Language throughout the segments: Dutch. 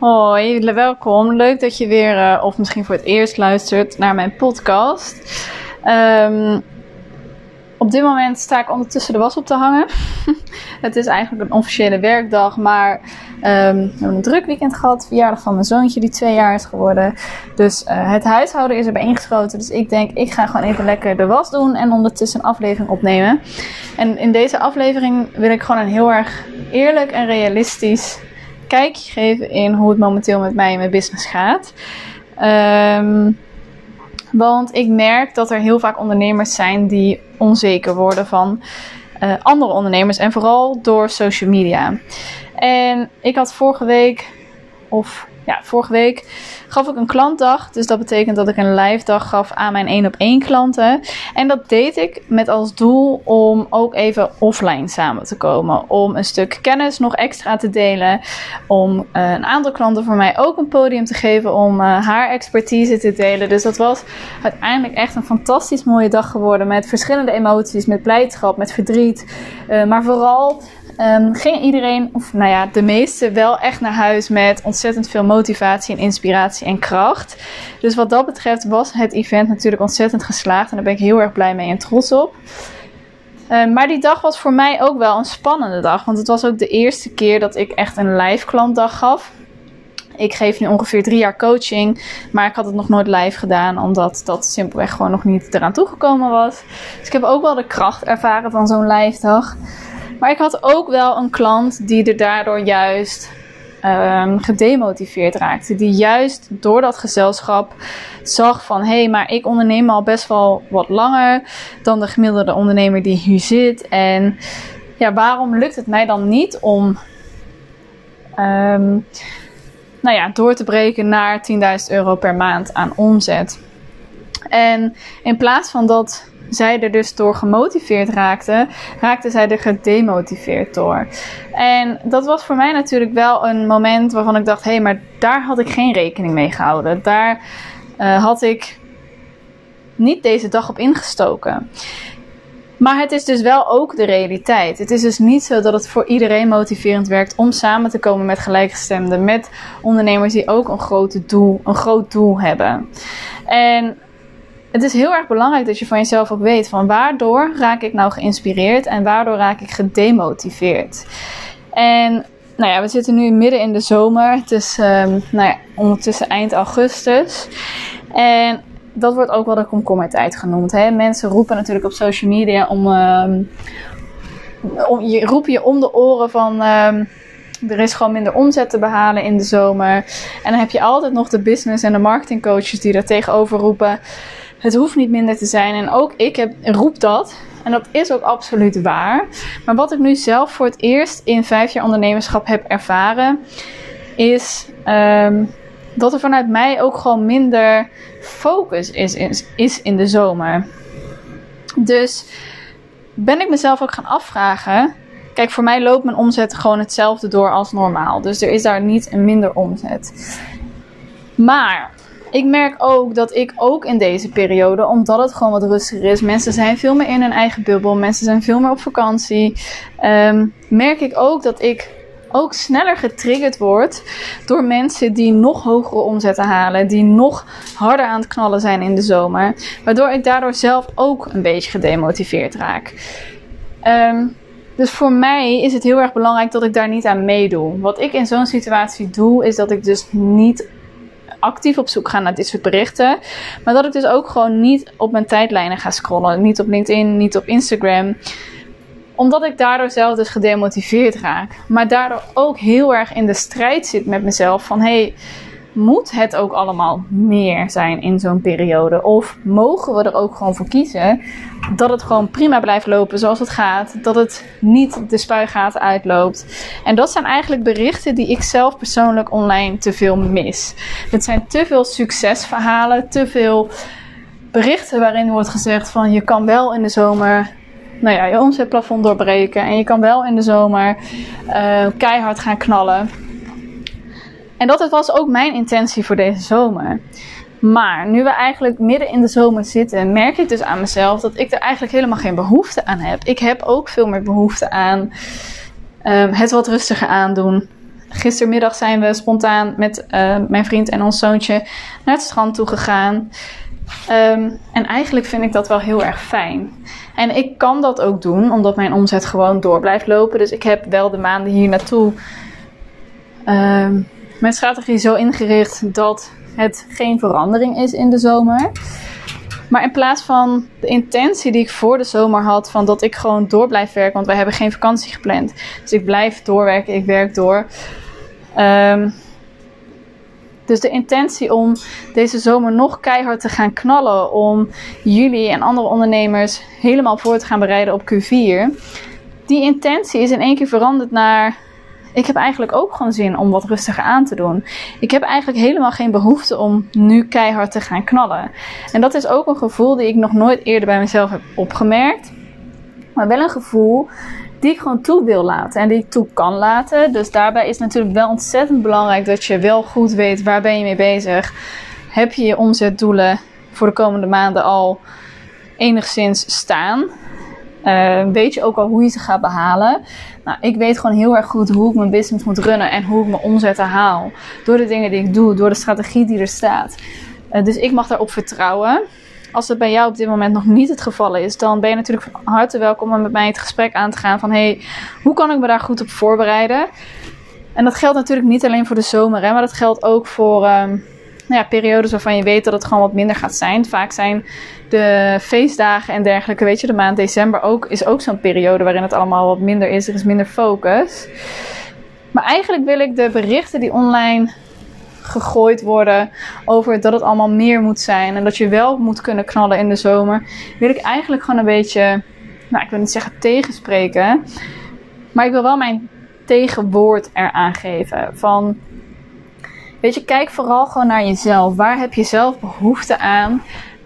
Hoi, welkom. Leuk dat je weer, of misschien voor het eerst luistert naar mijn podcast. Op dit moment sta ik ondertussen de was op te hangen. Het is eigenlijk een officiële werkdag, maar we hebben een druk weekend gehad. Verjaardag van mijn zoontje die 2 jaar is geworden. Dus het huishouden is erbij ingeschoten. Dus ik denk, ik ga gewoon even lekker de was doen en ondertussen een aflevering opnemen. En in deze aflevering wil ik gewoon een heel erg eerlijk en realistisch kijkje geven in hoe het momenteel met mij en mijn business gaat. Want ik merk dat er heel vaak ondernemers zijn die onzeker worden van andere ondernemers. En vooral door social media. En ik had vorige week gaf ik een klantdag. Dus dat betekent dat ik een live dag gaf aan mijn 1-op-1 klanten. En dat deed ik met als doel om ook even offline samen te komen. Om een stuk kennis nog extra te delen. Om een aantal klanten voor mij ook een podium te geven om haar expertise te delen. Dus dat was uiteindelijk echt een fantastisch mooie dag geworden. Met verschillende emoties, met blijdschap, met verdriet. Maar vooral ging iedereen, de meeste, wel echt naar huis met ontzettend veel motivatie en inspiratie en kracht. Dus wat dat betreft was het event natuurlijk ontzettend geslaagd. En daar ben ik heel erg blij mee en trots op. Maar die dag was voor mij ook wel een spannende dag. Want het was ook de eerste keer dat ik echt een live klantdag gaf. Ik geef nu ongeveer 3 jaar coaching. Maar ik had het nog nooit live gedaan. Omdat dat simpelweg gewoon nog niet eraan toegekomen was. Dus ik heb ook wel de kracht ervaren van zo'n live dag. Maar ik had ook wel een klant die er daardoor juist gedemotiveerd raakte. Die juist door dat gezelschap zag van hé, maar ik onderneem al best wel wat langer dan de gemiddelde ondernemer die hier zit. En ja, waarom lukt het mij dan niet om door te breken naar €10.000 per maand aan omzet? En in plaats van dat zij er dus door gemotiveerd raakte zij er gedemotiveerd door. En dat was voor mij natuurlijk wel een moment waarvan ik dacht, maar daar had ik geen rekening mee gehouden. Daar had ik niet deze dag op ingestoken. Maar het is dus wel ook de realiteit. Het is dus niet zo dat het voor iedereen motiverend werkt om samen te komen met gelijkgestemden. Met ondernemers die ook een groot doel hebben. En het is heel erg belangrijk dat je van jezelf ook weet van waardoor raak ik nou geïnspireerd en waardoor raak ik gedemotiveerd. En we zitten nu midden in de zomer. Het is ondertussen eind augustus. En dat wordt ook wel de komkommertijd genoemd. Hè? Mensen roepen natuurlijk op social media roepen je om de oren van er is gewoon minder omzet te behalen in de zomer. En dan heb je altijd nog de business en de marketingcoaches die daar tegenover roepen. Het hoeft niet minder te zijn. En ook ik roep dat. En dat is ook absoluut waar. Maar wat ik nu zelf voor het eerst in 5 jaar ondernemerschap heb ervaren, is dat er vanuit mij ook gewoon minder focus is in de zomer. Dus ben ik mezelf ook gaan afvragen. Kijk, voor mij loopt mijn omzet gewoon hetzelfde door als normaal. Dus er is daar niet een minder omzet. Maar ik merk ook dat ik ook in deze periode, omdat het gewoon wat rustiger is, mensen zijn veel meer in hun eigen bubbel, mensen zijn veel meer op vakantie, merk ik ook dat ik ook sneller getriggerd word door mensen die nog hogere omzetten halen, die nog harder aan het knallen zijn in de zomer, waardoor ik daardoor zelf ook een beetje gedemotiveerd raak. Dus voor mij is het heel erg belangrijk dat ik daar niet aan meedoe. Wat ik in zo'n situatie doe, is dat ik dus niet actief op zoek ga naar dit soort berichten. Maar dat ik dus ook gewoon niet op mijn tijdlijnen ga scrollen. Niet op LinkedIn, niet op Instagram. Omdat ik daardoor zelf dus gedemotiveerd raak. Maar daardoor ook heel erg in de strijd zit met mezelf. Van moet het ook allemaal meer zijn in zo'n periode? Of mogen we er ook gewoon voor kiezen dat het gewoon prima blijft lopen zoals het gaat? Dat het niet de spuigaten uitloopt? En dat zijn eigenlijk berichten die ik zelf persoonlijk online te veel mis. Het zijn te veel succesverhalen, te veel berichten waarin wordt gezegd van je kan wel in de zomer je omzetplafond doorbreken. En je kan wel in de zomer keihard gaan knallen. En dat was ook mijn intentie voor deze zomer. Maar nu we eigenlijk midden in de zomer zitten, merk ik dus aan mezelf dat ik er eigenlijk helemaal geen behoefte aan heb. Ik heb ook veel meer behoefte aan het wat rustiger aandoen. Gistermiddag zijn we spontaan met mijn vriend en ons zoontje naar het strand toe gegaan. En eigenlijk vind ik dat wel heel erg fijn. En ik kan dat ook doen, omdat mijn omzet gewoon door blijft lopen. Dus ik heb wel de maanden hier naartoe mijn strategie zo ingericht dat het geen verandering is in de zomer. Maar in plaats van de intentie die ik voor de zomer had, van dat ik gewoon door blijf werken, want wij hebben geen vakantie gepland. Dus ik blijf doorwerken, ik werk door. Dus de intentie om deze zomer nog keihard te gaan knallen, om jullie en andere ondernemers helemaal voor te gaan bereiden op Q4. Die intentie is in één keer veranderd naar, ik heb eigenlijk ook gewoon zin om wat rustiger aan te doen. Ik heb eigenlijk helemaal geen behoefte om nu keihard te gaan knallen. En dat is ook een gevoel die ik nog nooit eerder bij mezelf heb opgemerkt. Maar wel een gevoel die ik gewoon toe wil laten en die ik toe kan laten. Dus daarbij is natuurlijk wel ontzettend belangrijk dat je wel goed weet waar ben je mee bezig. Heb je je omzetdoelen voor de komende maanden al enigszins staan? Weet je ook al hoe je ze gaat behalen? Nou, ik weet gewoon heel erg goed hoe ik mijn business moet runnen en hoe ik mijn omzetten haal. Door de dingen die ik doe, door de strategie die er staat. Dus ik mag daarop vertrouwen. Als het bij jou op dit moment nog niet het geval is, dan ben je natuurlijk van harte welkom om met mij het gesprek aan te gaan van hoe kan ik me daar goed op voorbereiden? En dat geldt natuurlijk niet alleen voor de zomer, maar dat geldt ook voor periodes waarvan je weet dat het gewoon wat minder gaat zijn. Vaak zijn de feestdagen en dergelijke, weet je, de maand december is ook zo'n periode waarin het allemaal wat minder is. Er is minder focus. Maar eigenlijk wil ik de berichten die online gegooid worden over dat het allemaal meer moet zijn en dat je wel moet kunnen knallen in de zomer, wil ik eigenlijk gewoon een beetje, ik wil niet zeggen tegenspreken, maar ik wil wel mijn tegenwoord eraan geven. Van, weet je, kijk vooral gewoon naar jezelf. Waar heb je zelf behoefte aan?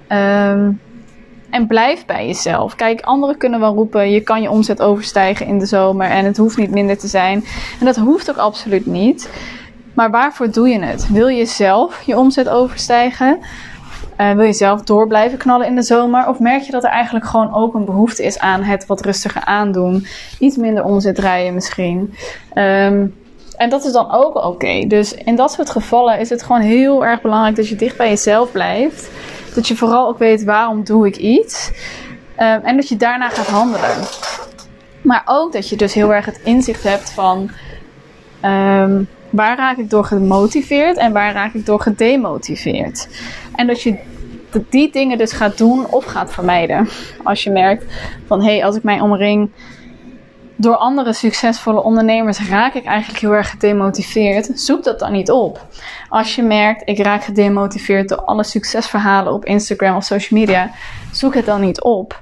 En blijf bij jezelf. Kijk, anderen kunnen wel roepen, je kan je omzet overstijgen in de zomer en het hoeft niet minder te zijn. En dat hoeft ook absoluut niet. Maar waarvoor doe je het? Wil je zelf je omzet overstijgen? Wil je zelf door blijven knallen in de zomer? Of merk je dat er eigenlijk gewoon ook een behoefte is aan het wat rustiger aandoen? Iets minder omzet draaien misschien. En dat is dan ook oké. Dus in dat soort gevallen is het gewoon heel erg belangrijk dat je dicht bij jezelf blijft. Dat je vooral ook weet waarom doe ik iets. En dat je daarna gaat handelen. Maar ook dat je dus heel erg het inzicht hebt van waar raak ik door gemotiveerd en waar raak ik door gedemotiveerd. En dat je die dingen dus gaat doen of gaat vermijden. Als je merkt van als ik mij omring door andere succesvolle ondernemers, raak ik eigenlijk heel erg gedemotiveerd. Zoek dat dan niet op. Als je merkt, ik raak gedemotiveerd door alle succesverhalen op Instagram of social media, zoek het dan niet op.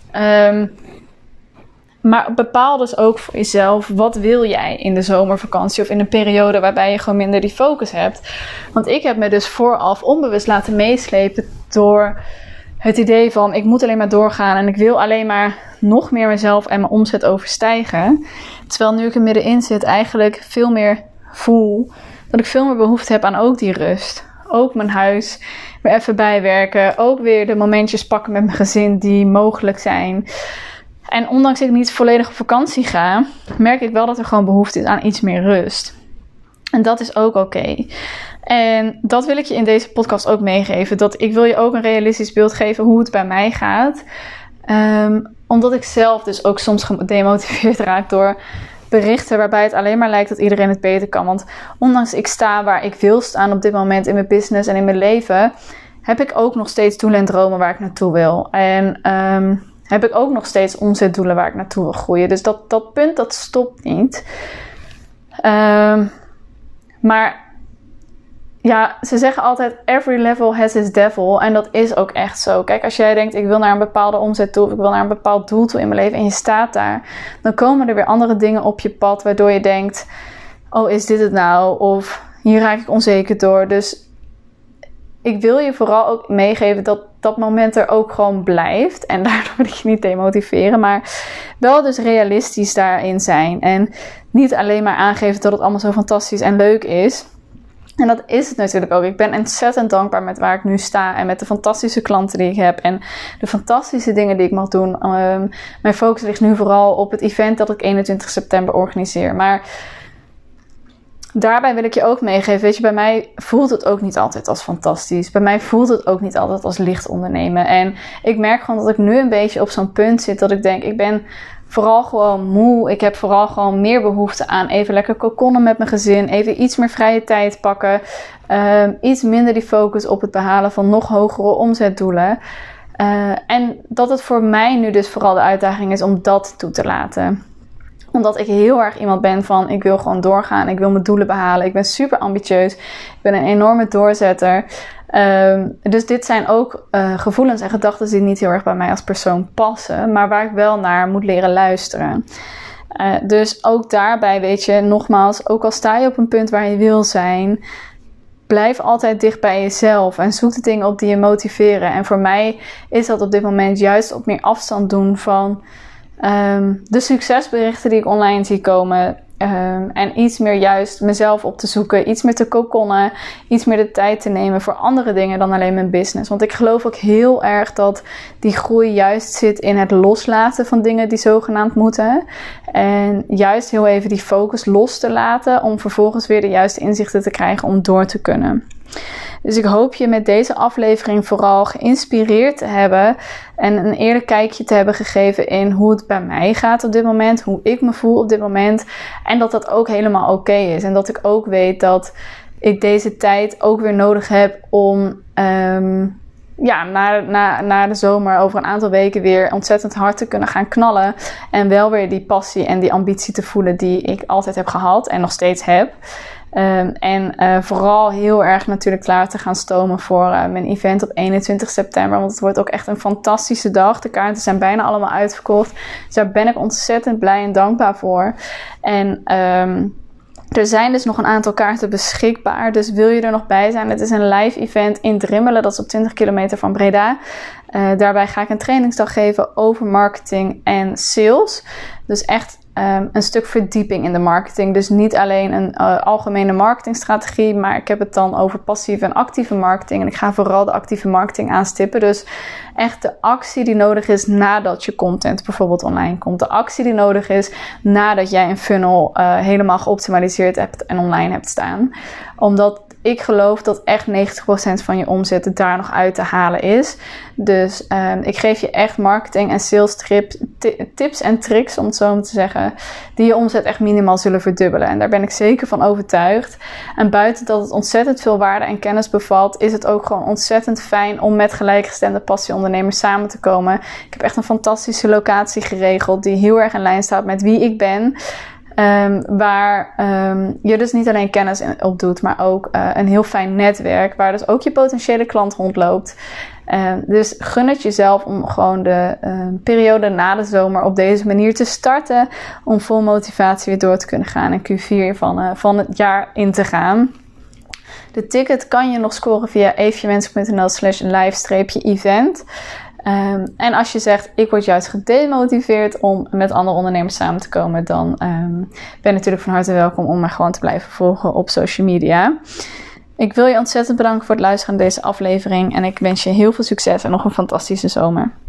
Maar bepaal dus ook voor jezelf, wat wil jij in de zomervakantie of in een periode waarbij je gewoon minder die focus hebt. Want ik heb me dus vooraf onbewust laten meeslepen door het idee van, ik moet alleen maar doorgaan en ik wil alleen maar nog meer mezelf en mijn omzet overstijgen. Terwijl nu ik er middenin zit, eigenlijk veel meer voel dat ik veel meer behoefte heb aan ook die rust. Ook mijn huis weer even bijwerken. Ook weer de momentjes pakken met mijn gezin die mogelijk zijn. En ondanks dat ik niet volledig op vakantie ga, merk ik wel dat er gewoon behoefte is aan iets meer rust. En dat is ook oké. En dat wil ik je in deze podcast ook meegeven. Dat ik wil je ook een realistisch beeld geven hoe het bij mij gaat. Omdat ik zelf dus ook soms gedemotiveerd raak door berichten waarbij het alleen maar lijkt dat iedereen het beter kan. Want ondanks ik sta waar ik wil staan op dit moment in mijn business en in mijn leven, heb ik ook nog steeds doelen en dromen waar ik naartoe wil. En heb ik ook nog steeds omzetdoelen waar ik naartoe wil groeien. Dus dat punt, dat stopt niet. Maar ja, ze zeggen altijd, every level has its devil. En dat is ook echt zo. Kijk, als jij denkt, ik wil naar een bepaalde omzet toe, of ik wil naar een bepaald doel toe in mijn leven, en je staat daar, dan komen er weer andere dingen op je pad, waardoor je denkt, oh, is dit het nou? Of hier raak ik onzeker door. Dus ik wil je vooral ook meegeven dat dat moment er ook gewoon blijft. En daardoor wil ik je niet demotiveren. Maar wel dus realistisch daarin zijn. En niet alleen maar aangeven dat het allemaal zo fantastisch en leuk is. En dat is het natuurlijk ook. Ik ben ontzettend dankbaar met waar ik nu sta. En met de fantastische klanten die ik heb. En de fantastische dingen die ik mag doen. Mijn focus ligt nu vooral op het event dat ik 21 september organiseer. Maar daarbij wil ik je ook meegeven, weet je, bij mij voelt het ook niet altijd als fantastisch. Bij mij voelt het ook niet altijd als licht ondernemen. En ik merk gewoon dat ik nu een beetje op zo'n punt zit dat ik denk, ik ben vooral gewoon moe. Ik heb vooral gewoon meer behoefte aan even lekker kokonnen met mijn gezin. Even iets meer vrije tijd pakken. Iets minder die focus op het behalen van nog hogere omzetdoelen. En dat het voor mij nu dus vooral de uitdaging is om dat toe te laten. Omdat ik heel erg iemand ben van, ik wil gewoon doorgaan. Ik wil mijn doelen behalen. Ik ben super ambitieus. Ik ben een enorme doorzetter. Dus dit zijn ook gevoelens en gedachten die niet heel erg bij mij als persoon passen. Maar waar ik wel naar moet leren luisteren. Dus ook daarbij, weet je, nogmaals, ook al sta je op een punt waar je wil zijn, blijf altijd dicht bij jezelf en zoek de dingen op die je motiveren. En voor mij is dat op dit moment juist op meer afstand doen van de succesberichten die ik online zie komen. En iets meer juist mezelf op te zoeken. Iets meer te kokonnen. Iets meer de tijd te nemen voor andere dingen dan alleen mijn business. Want ik geloof ook heel erg dat die groei juist zit in het loslaten van dingen die zogenaamd moeten. En juist heel even die focus los te laten. Om vervolgens weer de juiste inzichten te krijgen om door te kunnen. Dus ik hoop je met deze aflevering vooral geïnspireerd te hebben en een eerlijk kijkje te hebben gegeven in hoe het bij mij gaat op dit moment, hoe ik me voel op dit moment en dat dat ook helemaal oké is. En dat ik ook weet dat ik deze tijd ook weer nodig heb om na de zomer over een aantal weken weer ontzettend hard te kunnen gaan knallen en wel weer die passie en die ambitie te voelen die ik altijd heb gehad en nog steeds heb. Vooral heel erg natuurlijk klaar te gaan stomen voor mijn event op 21 september. Want het wordt ook echt een fantastische dag. De kaarten zijn bijna allemaal uitverkocht. Dus daar ben ik ontzettend blij en dankbaar voor. En er zijn dus nog een aantal kaarten beschikbaar. Dus wil je er nog bij zijn? Het is een live event in Drimmelen. Dat is op 20 kilometer van Breda. Daarbij ga ik een trainingsdag geven over marketing en sales. Dus echt een stuk verdieping in de marketing. Dus niet alleen een algemene marketingstrategie, maar ik heb het dan over passieve en actieve marketing. En ik ga vooral de actieve marketing aanstippen. Dus echt de actie die nodig is nadat je content bijvoorbeeld online komt. De actie die nodig is nadat jij een funnel helemaal geoptimaliseerd hebt en online hebt staan. Omdat ik geloof dat echt 90% van je omzet daar nog uit te halen is. Dus ik geef je echt marketing en sales tips en tricks, om het zo maar te zeggen, die je omzet echt minimaal zullen verdubbelen. En daar ben ik zeker van overtuigd. En buiten dat het ontzettend veel waarde en kennis bevat, is het ook gewoon ontzettend fijn om met gelijkgestemde passieondernemers samen te komen. Ik heb echt een fantastische locatie geregeld die heel erg in lijn staat met wie ik ben. Waar je dus niet alleen kennis op doet, maar ook een heel fijn netwerk, waar dus ook je potentiële klant rondloopt. Dus gun het jezelf om gewoon de periode na de zomer op deze manier te starten, om vol motivatie weer door te kunnen gaan en Q4 van het jaar in te gaan. De ticket kan je nog scoren via eefjewensk.nl/live-event. En als je zegt, ik word juist gedemotiveerd om met andere ondernemers samen te komen, dan ben je natuurlijk van harte welkom om mij gewoon te blijven volgen op social media. Ik wil je ontzettend bedanken voor het luisteren naar deze aflevering en ik wens je heel veel succes en nog een fantastische zomer.